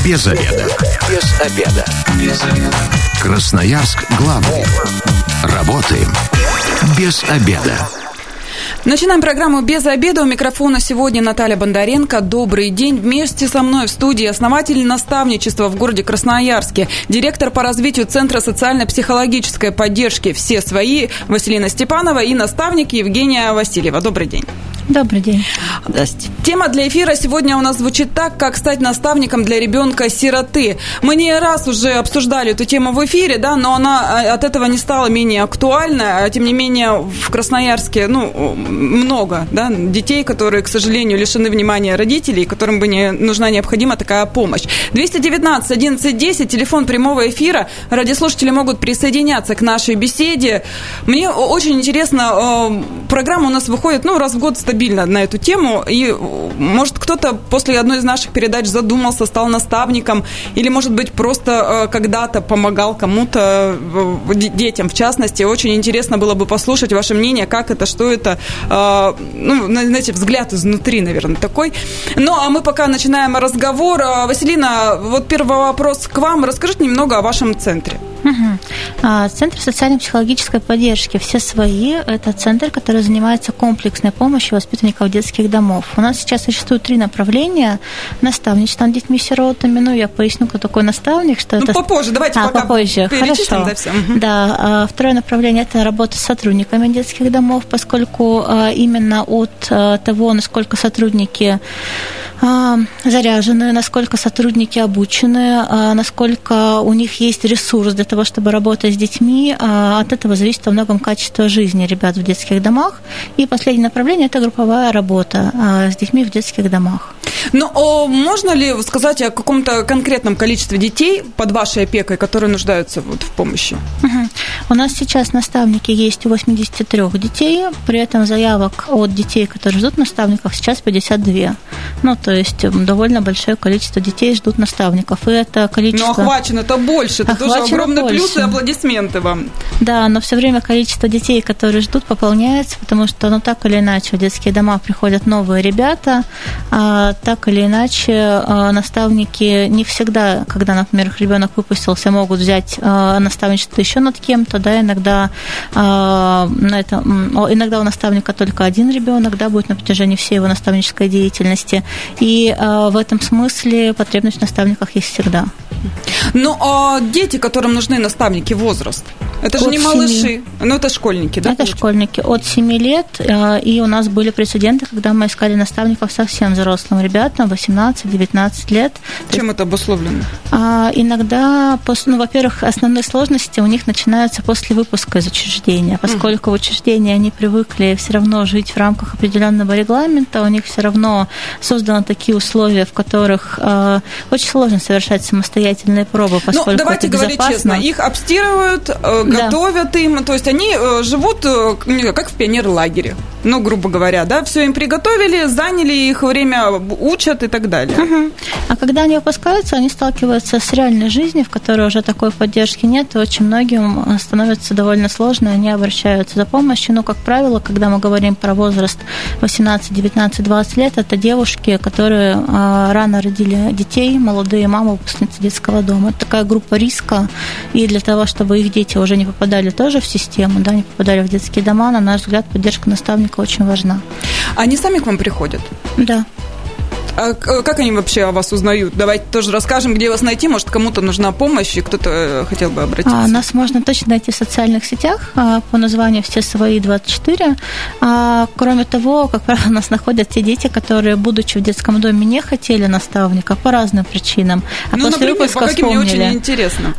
Без обеда. Без обеда. Без обеда. Красноярск главный. Работаем без обеда. Начинаем программу «Без обеда». У микрофона сегодня Наталья Бондаренко. Добрый день. Вместе со мной в студии основатель наставничества в городе Красноярске, директор по развитию Центра социально-психологической поддержки «Все свои» Василина Степанова и наставник Евгения Васильева. Добрый день. Добрый день. Здравствуйте. Тема для эфира сегодня у нас звучит так: как стать наставником для ребенка-сироты. Мы не раз уже обсуждали эту тему в эфире, да, но она от этого не стала менее актуальна. Тем не менее, в Красноярске много, да, детей, которые, к сожалению, лишены внимания родителей, которым бы нужна необходима такая помощь. 219-11-10, телефон прямого эфира. Радиослушатели могут присоединяться к нашей беседе. Мне очень интересно, программа у нас выходит раз в год стабильно на эту тему, и, может, кто-то после одной из наших передач задумался, стал наставником, или, может быть, просто когда-то помогал кому-то, детям в частности. Очень интересно было бы послушать ваше мнение, как это, что это, знаете, взгляд изнутри, наверное, такой. Ну, а мы пока начинаем разговор. Василина, вот первый вопрос к вам. Расскажите немного о вашем центре. Центр социально-психологической поддержки «Все свои» – это центр, который занимается комплексной помощью воспитанников детских домов. У нас сейчас существует 3 направления: наставничество над детьми-сиротами. Я поясню, кто такой наставник. Что это... Попозже, давайте пока попозже. Перечислим. Хорошо. Да, второе направление – это работа с сотрудниками детских домов, поскольку именно от того, насколько сотрудники заряжены, насколько сотрудники обучены, насколько у них есть ресурс для того, чтобы работать с детьми, от этого зависит во многом качество жизни ребят в детских домах. И последнее направление – это групповая работа с детьми в детских домах. Можно ли сказать о каком-то конкретном количестве детей под вашей опекой, которые нуждаются в помощи? У нас сейчас наставники есть у 83 детей, при этом заявок от детей, которые ждут наставников, сейчас 52. То есть довольно большое количество детей ждут наставников. И это количество... Но охвачено-то больше, это тоже огромный плюс, и аплодисменты вам. Да, но все время количество детей, которые ждут, пополняется, потому что, так или иначе, в детские дома приходят новые ребята, так или иначе, наставники не всегда, когда, например, их ребенок выпустился, могут взять наставничество еще над кем-то, да, иногда у наставника только один ребенок, да, будет на протяжении всей его наставнической деятельности, и в этом смысле потребность в наставниках есть всегда. Дети, которым нужны наставники, возраст? Это же не малыши, это школьники, да? Это школьники от 7 лет, и у нас были прецеденты, когда мы искали наставников совсем взрослым ребятам, 18-19 лет. Чем это обусловлено? Иногда, во-первых, основные сложности у них начинаются после выпуска из учреждения, поскольку в учреждении они привыкли все равно жить в рамках определенного регламента, у них все равно созданы такие условия, в которых очень сложно совершать самостоятельные пробы, поскольку давайте это говорить честно, их обстирывают, готовят им, то есть они живут как в пионерлагере, грубо говоря, да, все им приготовили, заняли их время, учат и так далее. А когда они выпускаются, они сталкиваются с реальной жизнью, в которой уже такой поддержки нет, и очень многим становится довольно сложно, и они обращаются за помощью. Как правило, когда мы говорим про возраст 18, 19, 20 лет, это девушки, которые рано родили детей, молодые мамы, выпускницы детского дома. Это такая группа риска, и для того, чтобы их дети уже не попадали тоже в систему, да, не попадали в детские дома, на наш взгляд, поддержка наставника очень важна. Они сами к вам приходят? Да. А как они вообще о вас узнают? Давайте тоже расскажем, где вас найти. Может, кому-то нужна помощь, и кто-то хотел бы обратиться. Нас можно точно найти в социальных сетях по названию «Все свои 24». Кроме того, как правило, нас находят те дети, которые, будучи в детском доме, не хотели наставника по разным причинам. Например, по каким мне очень интересно.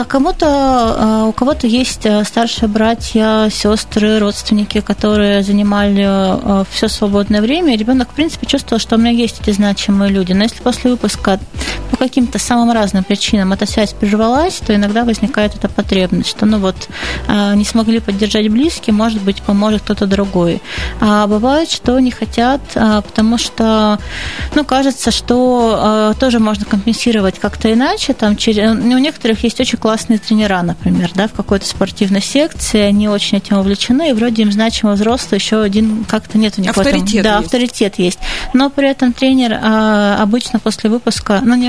У кого-то есть старшие братья, сестры, родственники, которые занимали все свободное время, и ребенок, в принципе, чувствовал, что у меня есть эти значимые люди. Но если после выпуска по каким-то самым разным причинам эта связь прервалась, то иногда возникает эта потребность, что не смогли поддержать близкие, может быть, поможет кто-то другой. А бывает, что не хотят, потому что кажется, что тоже можно компенсировать как-то иначе. У некоторых есть очень классные тренера, например, да, в какой-то спортивной секции, они очень этим увлечены, и вроде им значимый взрослый, еще один как-то нет у них авторитет авторитет есть. Но при этом тренер обычно после выпуска,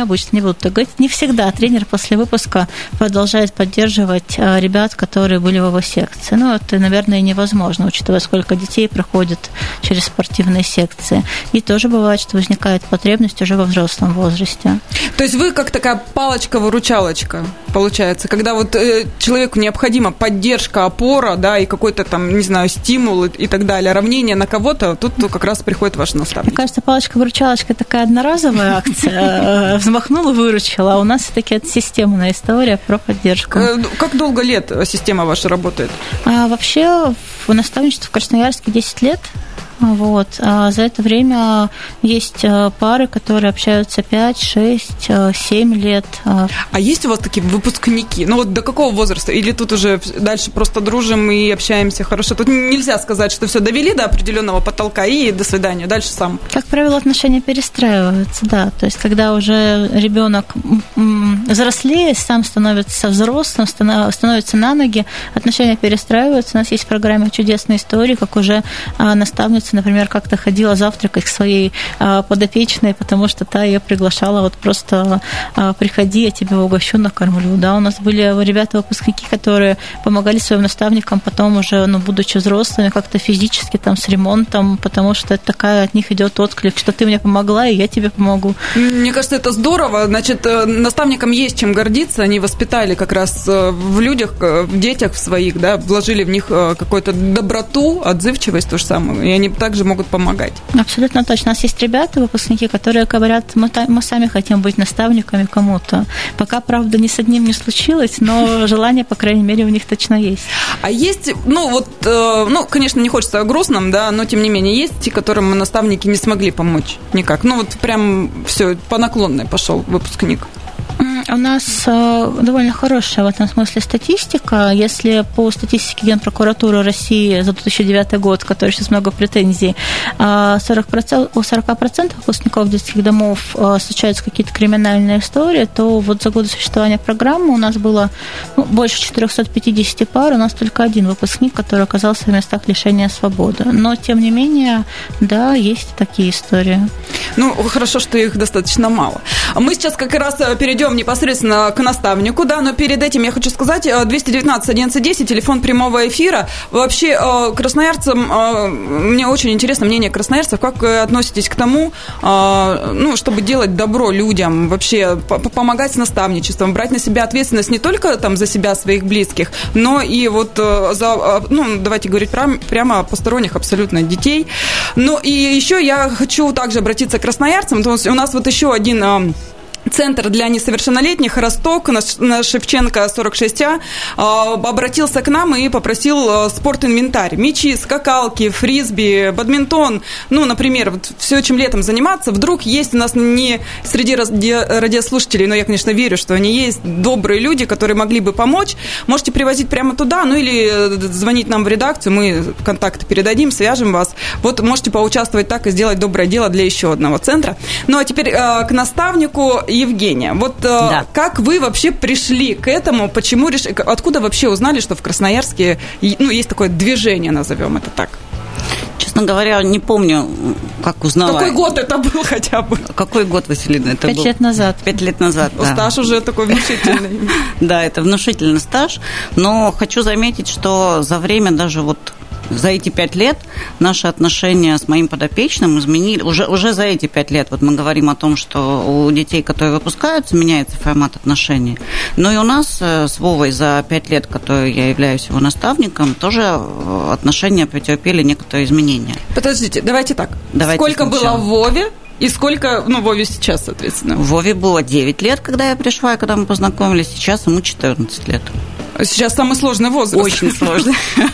необычно, не буду так говорить. Не всегда тренер после выпуска продолжает поддерживать ребят, которые были в его секции. Ну, это, наверное, невозможно, учитывая, сколько детей проходит через спортивные секции. И тоже бывает, что возникает потребность уже во взрослом возрасте. То есть вы как такая палочка-выручалочка, получается, когда вот человеку необходима поддержка, опора, да, и какой-то там, не знаю, стимул и так далее, равнение на кого-то, тут как раз приходит ваш наставник. Мне кажется, палочка-выручалочка такая одноразовая акция, взмахнула, выручила, а у нас все-таки это системная история про поддержку. Как долго лет система ваша работает? Вообще в наставничестве в Красноярске 10 лет. Вот. А за это время есть пары, которые общаются 5, 6, 7 лет. А есть у вас такие выпускники? Ну вот до какого возраста? Или тут уже дальше просто дружим и общаемся хорошо? Тут нельзя сказать, что все довели до определенного потолка и до свидания, дальше сам. Как правило, отношения перестраиваются, да. То есть когда уже ребенок взрослеет, сам становится взрослым, становится на ноги, отношения перестраиваются. У нас есть в программе чудесные истории, как уже наставница, например, как-то ходила завтракать к своей подопечной, потому что та ее приглашала, вот просто приходи, я тебя угощу, накормлю. Да, у нас были ребята-выпускники, которые помогали своим наставникам потом уже, будучи взрослыми, как-то физически там с ремонтом, потому что это такая от них идет отклик, что ты мне помогла, и я тебе помогу. Мне кажется, это здорово. Значит, наставникам есть чем гордиться. Они воспитали как раз в людях, в детях своих, да, вложили в них какую-то доброту, отзывчивость, то же самое. И они также могут помогать. Абсолютно точно. У нас есть ребята, выпускники, которые говорят, мы сами хотим быть наставниками кому-то. Пока, правда, ни с одним не случилось, но желание, по крайней мере, у них точно есть. А есть, конечно, не хочется о грустном, да, но тем не менее, есть те, которым наставники не смогли помочь никак. Прям все по наклонной пошел выпускник. У нас довольно хорошая в этом смысле статистика. Если по статистике Генпрокуратуры России за 2009 год, который сейчас много претензий, у 40% выпускников детских домов случаются какие-то криминальные истории, то вот за годы существования программы у нас было больше 450 пар, у нас только один выпускник, который оказался в местах лишения свободы. Но, тем не менее, да, есть такие истории. Хорошо, что их достаточно мало. Мы сейчас как раз перейдем непосредственно к наставнику, да, но перед этим я хочу сказать, 219-11-10, телефон прямого эфира. Вообще, красноярцам, мне очень интересно мнение красноярцев, как вы относитесь к тому, чтобы делать добро людям, вообще помогать с наставничеством, брать на себя ответственность не только там за себя, своих близких, но и вот за, давайте говорить прямо посторонних абсолютно детей. И еще я хочу также обратиться к красноярцам, то есть у нас вот еще один Центр для несовершеннолетних «Росток» на Шевченко 46А обратился к нам и попросил спортинвентарь. Мячи, скакалки, фрисби, бадминтон. Например, вот все, чем летом заниматься. Вдруг есть у нас не среди радиослушателей, но я, конечно, верю, что они есть, добрые люди, которые могли бы помочь. Можете привозить прямо туда, или звонить нам в редакцию, мы контакты передадим, свяжем вас. Вот можете поучаствовать так и сделать доброе дело для еще одного центра. А теперь к наставнику. Евгения, да. Как вы вообще пришли к этому? Почему откуда вообще узнали, что в Красноярске есть такое движение, назовем это так? Честно говоря, не помню, как узнала. Какой год это был хотя бы? Какой год, Василина? Это 5 лет назад. 5 лет назад, да. Стаж уже такой внушительный. Да, это внушительный стаж. Но хочу заметить, что за время даже за эти 5 лет наши отношения с моим подопечным изменили. Уже за эти 5 лет мы говорим о том, что у детей, которые выпускаются, меняется формат отношений. Но и у нас с Вовой за 5 лет, которые я являюсь его наставником, тоже отношения претерпели некоторые изменения. Подождите, давайте так. Сколько было в Вове? И сколько, Вове сейчас, соответственно? Вове было 9 лет, когда я пришла, и когда мы познакомились. Сейчас ему 14 лет. Сейчас самый сложный возраст. Очень сложный.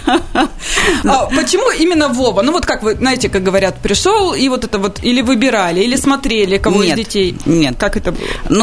Почему именно Вова? Как вы, знаете, как говорят, пришел, и или выбирали, или смотрели кого из детей? Нет. Как это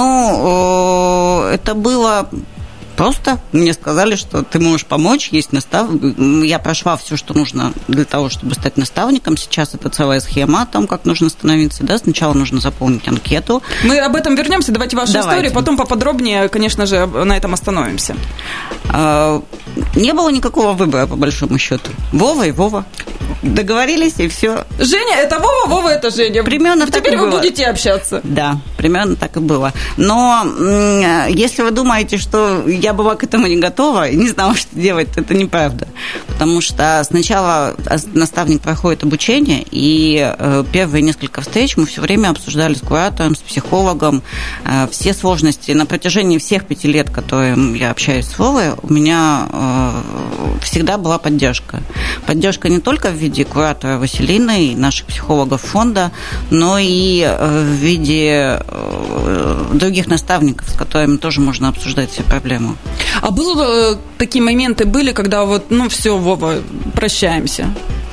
было? Это было... Просто мне сказали, что ты можешь помочь, есть наставник. Я прошла все, что нужно для того, чтобы стать наставником. Сейчас это целая схема о том, как нужно становиться. Да? Сначала нужно заполнить анкету. Мы об этом вернемся. Давайте вашу историю, потом поподробнее, конечно же, на этом остановимся. Не было никакого выбора, по большому счету. Вова и Вова. договорились, и все. Женя – это Вова, Вова – это Женя. Примерно так теперь и было. Вы будете общаться. Да, примерно так и было. Но если вы думаете, что я была к этому не готова и не знала, что делать, то это неправда. Потому что сначала наставник проходит обучение, и первые несколько встреч мы все время обсуждали с куратором, с психологом все сложности. На протяжении всех 5 лет, которые я общаюсь с Вовой, у меня всегда была поддержка. Поддержка не только в виде куратора Василины и наших психологов фонда, но и в виде других наставников, с которыми тоже можно обсуждать все проблемы. А было такие моменты, когда все, Вова, прощаемся?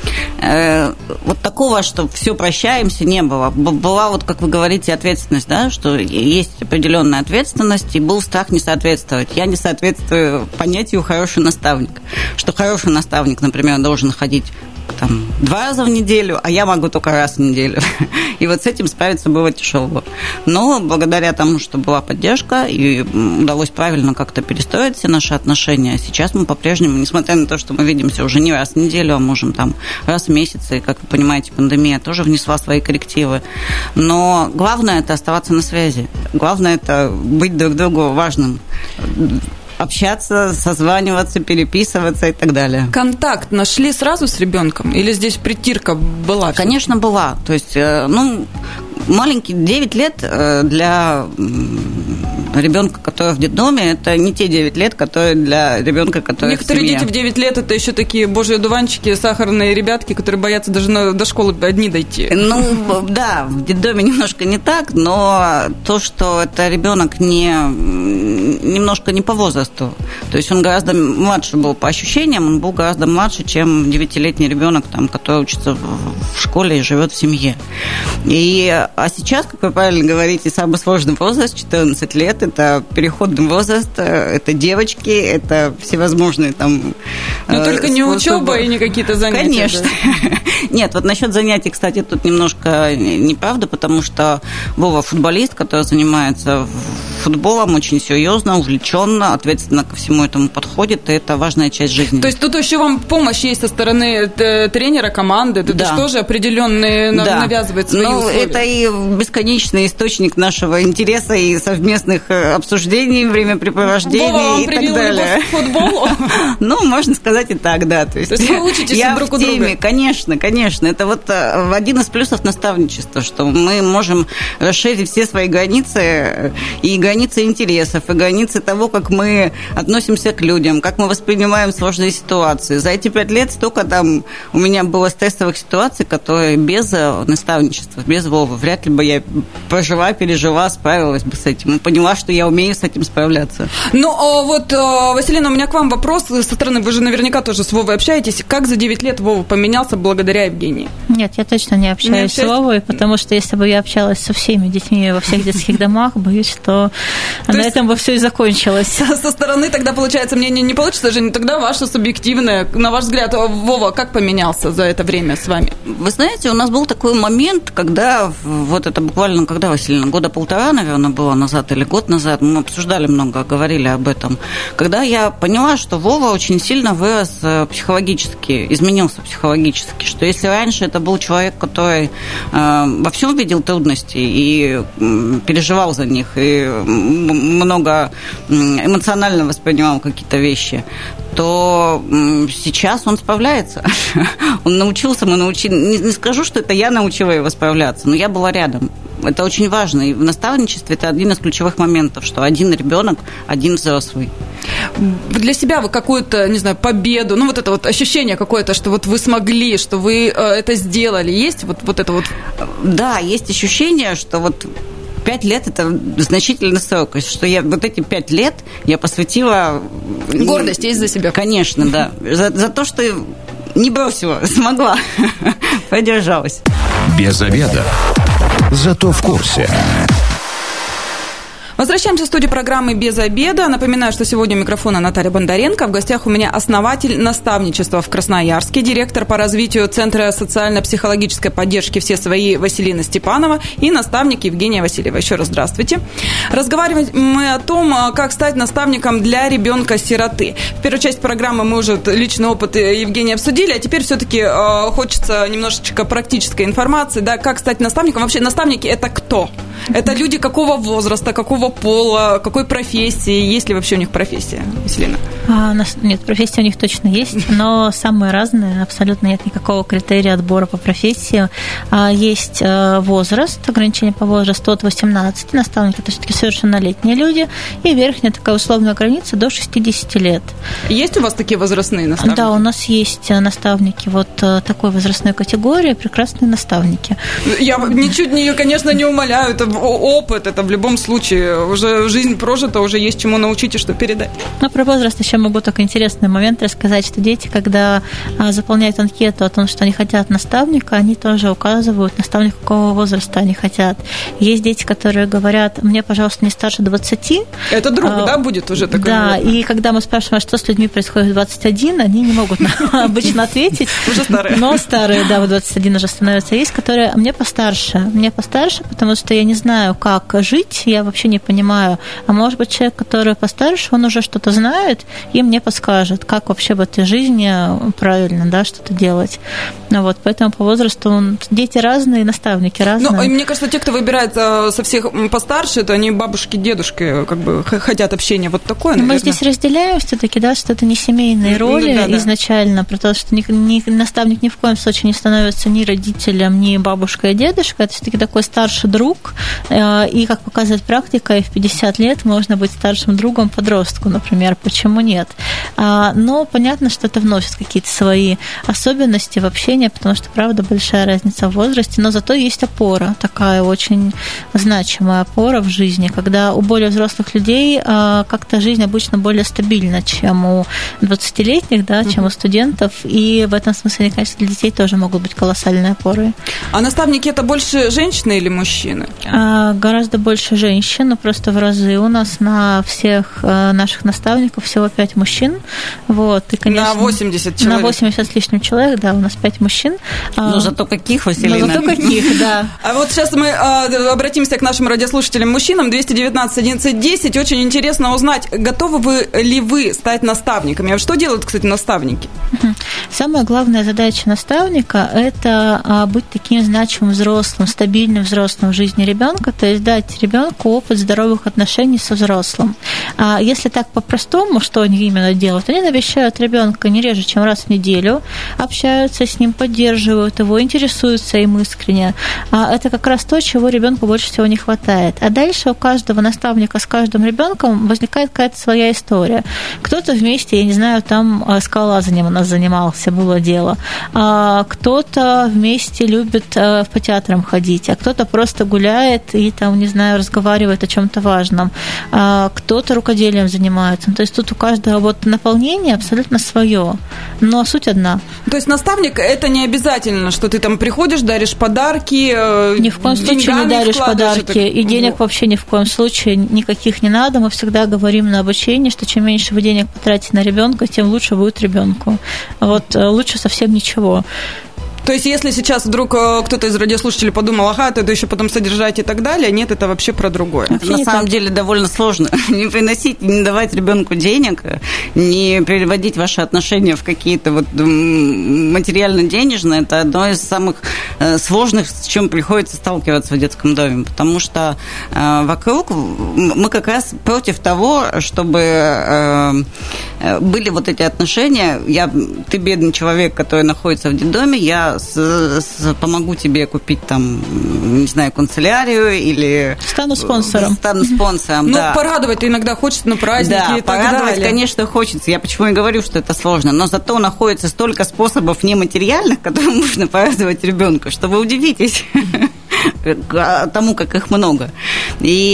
Вот такого, что все, прощаемся, не было. Была, как вы говорите, ответственность, да, что есть определенная ответственность, и был страх не соответствовать. Я не соответствую понятию «хороший наставник». Что хороший наставник, например, должен ходить 2 раза в неделю, а я могу только раз в неделю. И вот с этим справиться было тяжело. Но благодаря тому, что была поддержка, и удалось правильно как-то перестроить все наши отношения, сейчас мы по-прежнему, несмотря на то, что мы видимся уже не раз в неделю, а можем раз в месяц, и, как вы понимаете, пандемия тоже внесла свои коррективы. Но главное – это оставаться на связи. Главное – это быть друг другу важным. Общаться, созваниваться, переписываться и так далее. Контакт нашли сразу с ребенком? Или здесь притирка была? Конечно, была. То есть, маленький, 9 лет для ребенка, который в детдоме, это не те 9 лет, которые для ребенка, который Некоторые в семье. дети в 9 лет это еще такие божьи одуванчики, сахарные ребятки, которые боятся даже до школы одни дойти. Да, в детдоме немножко не так, но то, что это ребенок немножко не по возрасту. То есть он гораздо младше был по ощущениям, он был гораздо младше, чем 9-летний ребенок, который учится в школе и живет в семье. А сейчас, как вы правильно говорите, самый сложный возраст, 14 лет, это переходный возраст, это девочки, это всевозможные Но только не учеба и не какие-то занятия. Конечно. Да. Нет, насчет занятий, кстати, тут немножко неправда, потому что Вова футболист, который занимается футболом очень серьезно, увлеченно, ответственно ко всему этому подходит, и это важная часть жизни. То есть тут еще вам помощь есть со стороны тренера команды, это же тоже определенные навязывает свои условия. Это и бесконечный источник нашего интереса и совместных обсуждений, времяпрепровождений Вова вам и так привил далее. Любовь к футболу? Можно сказать и так, да. То есть вы учитесь друг у друга? Конечно. Это один из плюсов наставничества, что мы можем расширить все свои границы, и границы интересов, и границы того, как мы относимся к людям, как мы воспринимаем сложные ситуации. За эти 5 лет столько у меня было стрессовых ситуаций, которые без наставничества, без Вовы, вряд ли бы я пережила, справилась бы с этим и поняла, что я умею с этим справляться. Василина, у меня к вам вопрос со стороны, вы же наверняка тоже с Вовой общаетесь. Как за 9 лет Вова поменялся благодаря Евгении? Нет, я точно не общаюсь с Вовой, потому что если бы я общалась со всеми детьми во всех детских домах, боюсь, что на этом бы все и закончилось. Со стороны тогда, получается, мнение не получится, Женя, тогда ваше субъективное, на ваш взгляд, Вова как поменялся за это время с вами? Вы знаете, у нас был такой момент, когда, это буквально, когда, Василина, 1.5 года, наверное, было назад или год назад, мы обсуждали много, говорили об этом, когда я поняла, что Вова очень сильно вырос психологически, изменился психологически, что если раньше это был человек, который во всем видел трудности и переживал за них, и много эмоционально воспринимал какие-то вещи, то сейчас он справляется. Он научился, не скажу, что это я научила его справляться, но я была рядом. Это очень важно. И в наставничестве это один из ключевых моментов, что один ребенок, один взрослый. Для себя вы какую-то, не знаю, победу, это ощущение какое-то, что вы смогли, что вы это сделали, есть это? Да, есть ощущение, что 5 лет – это значительный срок. Что я эти 5 лет я посвятила… Гордость есть за себя? Конечно, да. За то, что не бросила, смогла, продержалась. Без обеда. Зато в курсе. Возвращаемся в студию программы «Без обеда». Напоминаю, что сегодня у микрофона Наталья Бондаренко. В гостях у меня основатель наставничества в Красноярске, директор по развитию Центра социально-психологической поддержки «Все свои» Василина Степанова и наставник Евгения Васильева. Еще раз здравствуйте. Разговариваем мы о том, как стать наставником для ребенка-сироты. В первой части программы мы уже личный опыт Евгения обсудили, а теперь все-таки хочется немножечко практической информации, да, как стать наставником. Вообще, наставники – это кто? Это люди какого возраста, какого пола, какой профессии? Есть ли вообще у них профессия, Василина? Нет, профессия у них точно есть, но самые разные, абсолютно нет никакого критерия отбора по профессии. Есть возраст, ограничение по возрасту от 18, наставники – это все-таки совершеннолетние люди, и верхняя такая условная граница до 60 лет. Есть у вас такие возрастные наставники? Да, у нас есть наставники вот такой возрастной категории, прекрасные наставники. Я ничуть не, конечно, не умоляю, это опыт, это в любом случае уже жизнь прожита, уже есть чему научить и что передать. Ну, про возраст еще могу только интересный момент рассказать, что дети, когда заполняют анкету о том, что они хотят наставника, они тоже указывают наставника, какого возраста они хотят. Есть дети, которые говорят: мне, пожалуйста, не старше 20. Это друг, да, будет уже такой? Да, и когда мы спрашиваем, что с людьми происходит в 21, они не могут обычно ответить. Уже старые. Но старые, да, в 21 уже становятся. Есть, которые мне постарше, потому что я не знаю, как жить, я вообще не понимаю. А может быть, человек, который постарше, он уже что-то знает и мне подскажет, как вообще в этой жизни правильно, да, что-то делать. Ну вот, поэтому по возрасту дети разные, наставники разные. Ну, и мне кажется, те, кто выбирает со всех постарше, это они бабушки, дедушки, как бы хотят общения вот такое, наверное. Мы здесь разделяем все-таки, да, что это не семейные роли изначально, про то, что наставник ни в коем случае не становится ни родителем, ни бабушкой и дедушкой, это все-таки такой старший друг, и, как показывает практика, и в 50 лет можно быть старшим другом подростку, например, почему нет? Но понятно, что это вносит какие-то свои особенности в общении, потому что, правда, большая разница в возрасте, но зато есть опора, такая очень значимая опора в жизни, когда у более взрослых людей как-то жизнь обычно более стабильна, чем у 20-летних, да, чем у студентов, и в этом смысле, они, конечно, для детей тоже могут быть колоссальной опорой. А наставники – это больше женщины или мужчины? Гораздо больше женщин, но просто в разы. У нас на всех наших наставников всего 5 мужчин. Вот, и, конечно, на 80 человек? На 80 с лишним человек, да, у нас 5 мужчин. Но зато каких, Василина? Но зато каких, да. А вот сейчас мы обратимся к нашим радиослушателям-мужчинам. 219-11-10. Очень интересно узнать, готовы ли вы стать наставниками? А что делают, кстати, наставники? Самая главная задача наставника – это быть таким значимым взрослым, стабильным взрослым в жизни ребенка, то есть дать ребенку опыт здоровых отношений со взрослым. А если так по-простому, что они именно делают? Они навещают ребенка не реже, чем раз в неделю, общаются с ним, поддерживают его, интересуются им искренне. Это как раз то, чего ребенку больше всего не хватает. А дальше у каждого наставника с каждым ребенком возникает какая-то своя история. Кто-то вместе, я не знаю, там скалолазанием у нас занимался, было дело. Кто-то вместе любит по театрам ходить, а кто-то просто гуляет и там, не знаю, разговаривает о чем-то важном. Кто-то рукоделием занимается. То есть тут у каждого вот наполнение абсолютно свое, но суть одна. То есть наставник – это не обязательно, что ты там приходишь, даришь подарки, ни в коем случае не даришь подарки, и денег вообще ни в коем случае никаких не надо. Мы всегда говорим на обучении, что чем меньше вы денег потратите на ребенка, тем лучше будет ребенку. Вот лучше совсем ничего. То есть, если сейчас вдруг кто-то из радиослушателей подумал, ага, это еще потом содержать и так далее, нет, это вообще про другое. Это на самом деле довольно сложно. Не приносить, не давать ребенку денег, не переводить ваши отношения в какие-то вот материально-денежные, это одно из самых сложных, с чем приходится сталкиваться в детском доме, потому что вокруг мы как раз против того, чтобы были вот эти отношения. Ты бедный человек, который находится в детдоме, я помогу тебе купить там, не знаю, канцелярию или... Стану спонсором. Ну, да. Порадовать-то иногда хочется на праздники и так далее. Да, порадовать, конечно, хочется. Я почему и говорю, что это сложно. Но зато находится столько способов нематериальных, которым можно порадовать ребенка, что вы удивитесь тому, как их много. И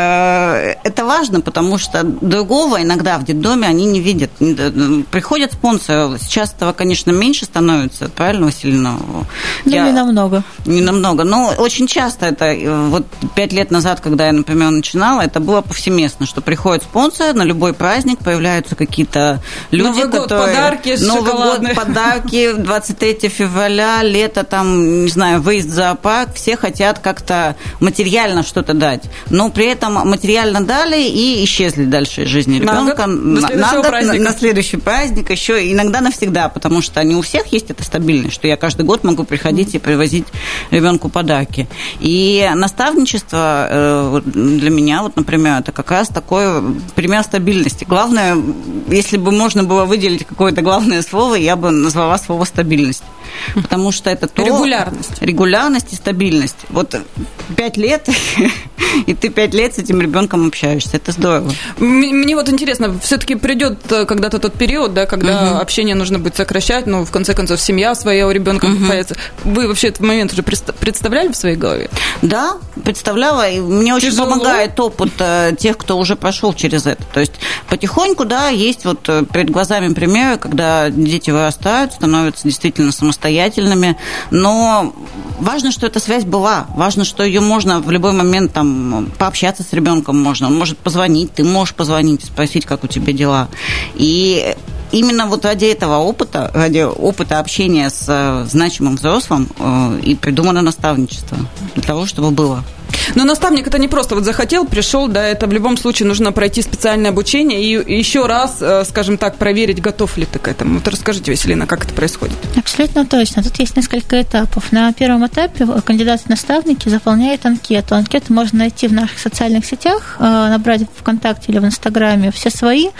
это важно, потому что другого иногда в детдоме они не видят. Приходят спонсоры. Сейчас этого, конечно, меньше становится, правильно, Василина? Не намного. Не намного. Но очень часто это, вот 5 лет назад, когда я, например, начинала, это было повсеместно, что приходят спонсоры, на любой праздник появляются какие-то люди, Новый год, которые... подарки шоколадные. Новый год, подарки, 23 февраля, лето, там, не знаю, выезд в зоопарк, все хотят как-то материально что-то дать. Но при этом материально дали и исчезли дальше из жизни ребенка. На следующий праздник, еще иногда навсегда, потому что не у всех есть эта стабильность, что я каждый год могу приходить и привозить ребенку подарки. И наставничество для меня, вот, например, это как раз такой пример стабильности. Главное, если бы можно было выделить какое-то главное слово, я бы назвала слово стабильность. Потому что это то... Регулярность и стабильность. Вот 5 лет, и ты 5 лет с этим ребенком общаешься. Это здорово. Мне вот интересно, все-таки придет когда-то тот период, да, когда общение нужно будет сокращать, но в конце концов семья своя у ребенка появится. Вы вообще этот момент уже представляли в своей голове? Да, представляла. И мне очень помогает опыт тех, кто уже прошел через это. То есть потихоньку, да, есть вот перед глазами примеры, когда дети вырастают, становятся действительно самостоятельными, но важно, что эта связь была, важно, что ее можно в любой момент там пообщаться с ребенком можно, он может позвонить, ты можешь позвонить, спросить, как у тебя дела. И именно вот ради этого опыта, ради опыта общения с значимым взрослым и придумано наставничество, для того, чтобы было. Но наставник это не просто вот захотел, пришел, да, это в любом случае нужно пройти специальное обучение и еще раз, скажем так, проверить, готов ли ты к этому. Вот расскажите, Василина, как это происходит? Абсолютно точно. Тут есть несколько этапов. На первом этапе кандидат в наставники заполняет анкету. Анкету можно найти в наших социальных сетях, набрать в ВКонтакте или в Инстаграме все свои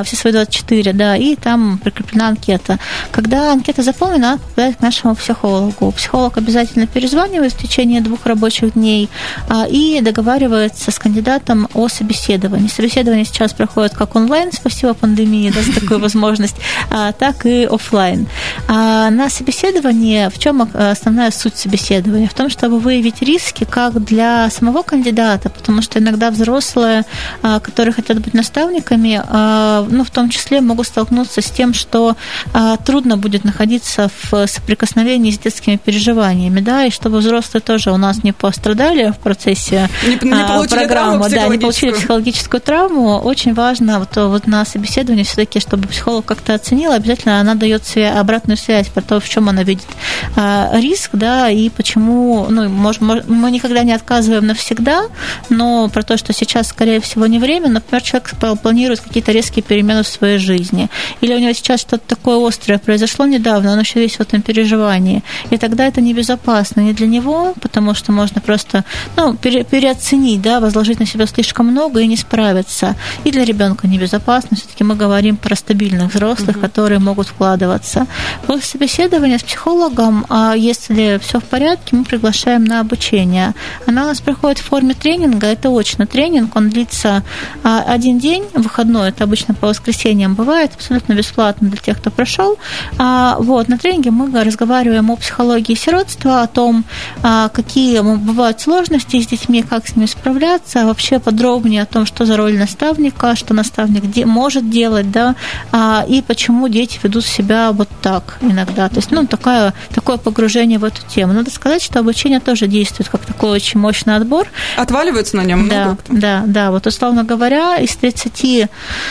24, да, и там прикреплена анкета. Когда анкета заполнена, она попадает к нашему психологу. Психолог обязательно перезванивает в течение 2 рабочих дней и договаривается с кандидатом о собеседовании. Собеседование сейчас проходит как онлайн, спасибо пандемии, да, за такую возможность, так и офлайн. На собеседовании, в чем основная суть собеседования? В том, чтобы выявить риски как для самого кандидата, потому что иногда взрослые, которые хотят быть наставниками, ну, в том числе могут столкнуться с тем, что трудно будет находиться в соприкосновении с детскими переживаниями, да, и чтобы взрослые тоже у нас не пострадали в процессе программы, да, не получили психологическую травму, очень важно вот на собеседовании все-таки, чтобы психолог как-то оценил, обязательно она дает обратную связь про то, в чем она видит риск, да, и почему, ну, мы никогда не отказываем навсегда, но про то, что сейчас, скорее всего, не время, например, человек планирует какие-то резкие перемены в своей жизни, или у него сейчас что-то такое острое произошло недавно, он еще весь в этом переживании, и тогда это небезопасно не для него, потому что можно просто, ну, переоценить, да, возложить на себя слишком много и не справиться. И для ребенка небезопасно. Все-таки мы говорим про стабильных взрослых, которые могут вкладываться. После собеседования с психологом, если все в порядке, мы приглашаем на обучение. Она у нас проходит в форме тренинга. Это очный тренинг. Он длится 1 день, выходной. Это обычно по воскресеньям бывает. Абсолютно бесплатно для тех, кто прошел. Вот, на тренинге мы разговариваем о психологии сиротства, о том, какие бывают сложности с детьми, как с ними справляться, вообще подробнее о том, что за роль наставника, что наставник может делать, да, и почему дети ведут себя вот так иногда. То есть, ну, такое погружение в эту тему. Надо сказать, что обучение тоже действует как такой очень мощный отбор. Отваливается на нем много? Да. Вот, условно говоря, из 30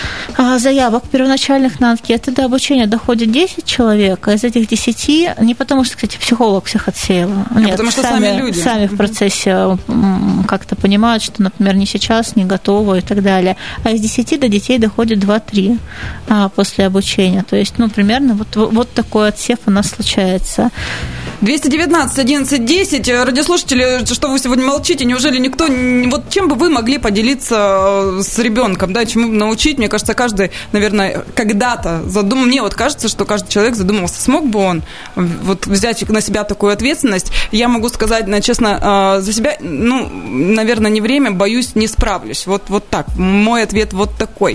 заявок первоначальных на анкеты до обучения доходит 10 человек, а из этих 10, не потому что, кстати, психолог всех отсеял, нет, потому что сами люди. Сами в процессе как-то понимают, что, например, не сейчас, не готовы и так далее. А из 10 до детей доходит 2-3 после обучения. То есть, ну, примерно вот такой отсев у нас случается. 219 11 10. Радиослушатели, что вы сегодня молчите? Неужели никто... Вот чем бы вы могли поделиться с ребенком, да, чему научить? Мне кажется, каждый, наверное, когда-то задумал... Мне вот кажется, что каждый человек задумался, смог бы он вот взять на себя такую ответственность. Я могу сказать, честно, за себя, ну, наверное, не время, боюсь, не справлюсь. Вот так. Мой ответ вот такой.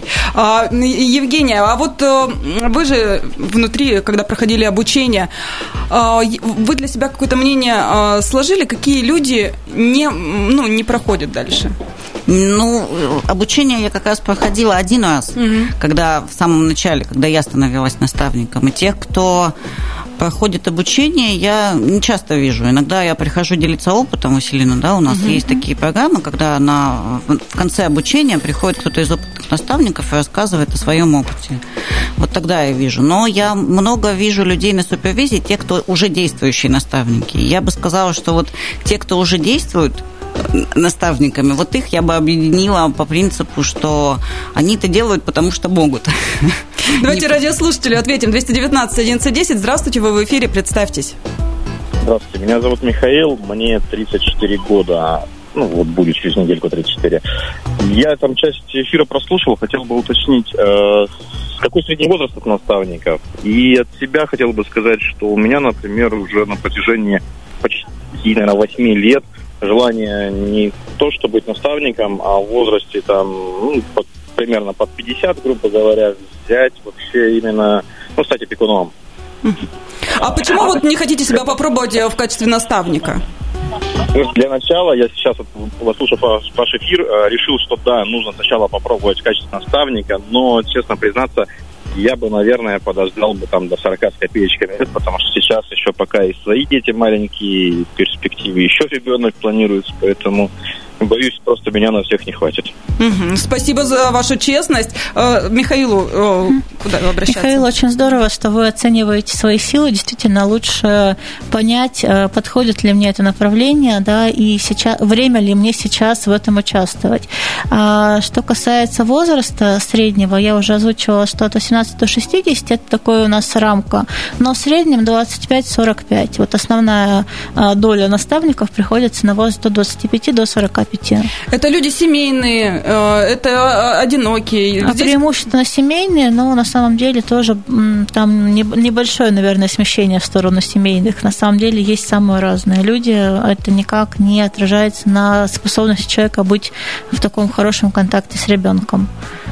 Евгения, а вот вы же внутри, когда проходили обучение, вы вы для себя какое-то мнение сложили, какие люди не проходят дальше? Обучение я как раз проходила один раз, когда в самом начале, когда я становилась наставником. И тех, кто проходит обучение, я не часто вижу. Иногда я прихожу делиться опытом, Василина, да, у нас есть такие программы, когда в конце обучения приходит кто-то из опытных наставников и рассказывает о своем опыте. Вот тогда я вижу. Но я много вижу людей на супервизии, те, кто уже действующие наставники. Я бы сказала, что вот те, кто уже действуют наставниками, вот их я бы объединила по принципу, что они это делают, потому что могут. Давайте радиослушателю ответим. 219-11-10. Здравствуйте, вы в эфире, представьтесь. Здравствуйте, меня зовут Михаил, мне 34 года, будет через недельку 34. Я там часть эфира прослушал, хотел бы уточнить, какой средний возраст от наставников. И от себя хотел бы сказать, что у меня, например, уже на протяжении почти, наверное, 8 лет желание не то, чтобы быть наставником, а в возрасте примерно под 50, грубо говоря, взять вообще именно, стать опекуном. А почему вот не хотите себя попробовать в качестве наставника? Для начала я сейчас, послушав ваш эфир, решил, что да, нужно сначала попробовать в качестве наставника, но, честно признаться, я бы, наверное, подождал бы до 40 с копеечками лет, потому что сейчас еще пока и свои дети маленькие, и в перспективе еще ребенок планируется, поэтому боюсь, просто меня на всех не хватит. Спасибо за вашу честность. Михаилу, куда обращаться? Михаил, очень здорово, что вы оцениваете свои силы. Действительно, лучше понять, подходит ли мне это направление, да, и время ли мне сейчас в этом участвовать. Что касается возраста среднего, я уже озвучивала, что от 18 до 60, это такая у нас рамка, но в среднем 25-45. Вот основная доля наставников приходится на возраст до 25 до 45. Это люди семейные, это одинокие. Преимущественно семейные, но на самом деле тоже там небольшое, наверное, смещение в сторону семейных. На самом деле есть самые разные люди. Это никак не отражается на способности человека быть в таком хорошем контакте с ребенком.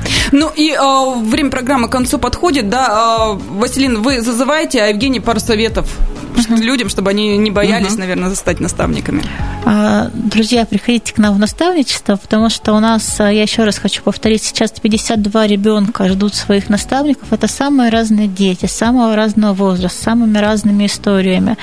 Время программы к концу подходит, да. Василин, вы зазываете, а Евгений пару советов людям, чтобы они не боялись, наверное, стать наставниками. Друзья, приходите к нам в наставничество, потому что у нас, я еще раз хочу повторить, сейчас 52 ребенка ждут своих наставников. Это самые разные дети, самого разного возраста, с самыми разными историями.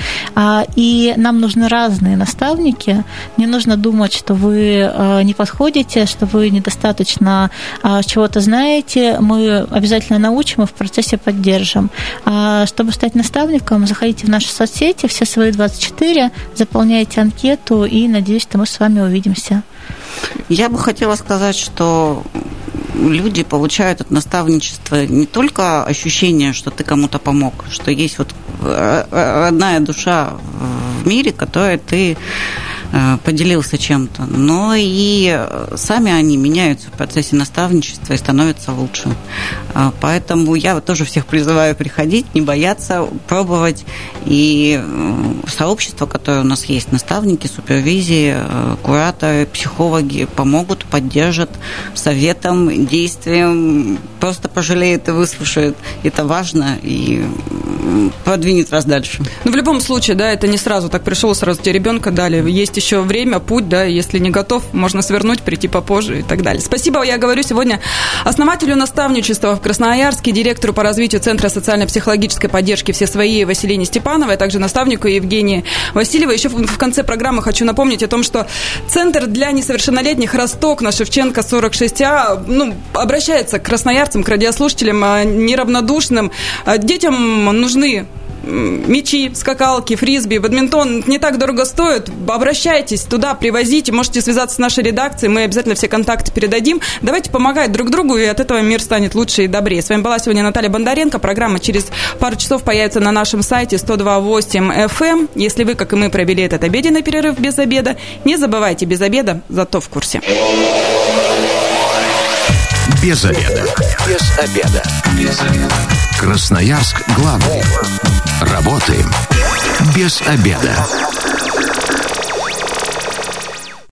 И нам нужны разные наставники. Не нужно думать, что вы не подходите, что вы недостаточно чего-то знаете. Мы обязательно научим и в процессе поддержим. Чтобы стать наставником, заходите в наши соцсети, все свои 24, заполняйте анкету, и, надеюсь, что мы с вами увидимся. Я бы хотела сказать, что люди получают от наставничества не только ощущение, что ты кому-то помог, что есть вот родная душа в мире, которой ты поделился чем-то, но и сами они меняются в процессе наставничества и становятся лучше. Поэтому я тоже всех призываю приходить, не бояться, пробовать. И сообщество, которое у нас есть, наставники, супервизии, кураторы, психологи, помогут, поддержат советом, действием, просто пожалеют и выслушают. Это важно и продвинет вас дальше. В любом случае, да, это не сразу так пришел, сразу тебе ребенка дали. Есть еще время, путь, да, если не готов, можно свернуть, прийти попозже и так далее. Спасибо, я говорю сегодня основателю наставничества в Красноярске, директору по развитию Центра социально-психологической поддержки «Все свои» Василине Степановой, а также наставнику Евгении Васильевой. Еще в конце программы хочу напомнить о том, что Центр для несовершеннолетних «Росток» на Шевченко 46А обращается к красноярцам, к радиослушателям неравнодушным. Детям нужны мячи, скакалки, фрисби, бадминтон не так дорого стоит. Обращайтесь туда, привозите, можете связаться с нашей редакцией, мы обязательно все контакты передадим. Давайте помогать друг другу, и от этого мир станет лучше и добрее. С вами была сегодня Наталья Бондаренко. Программа через пару часов появится на нашем сайте 102.8 FM. Если вы, как и мы, провели этот обеденный перерыв без обеда, не забывайте, без обеда, зато в курсе. Без обеда. Без обеда. Без обеда. Красноярск главный. Работаем без обеда.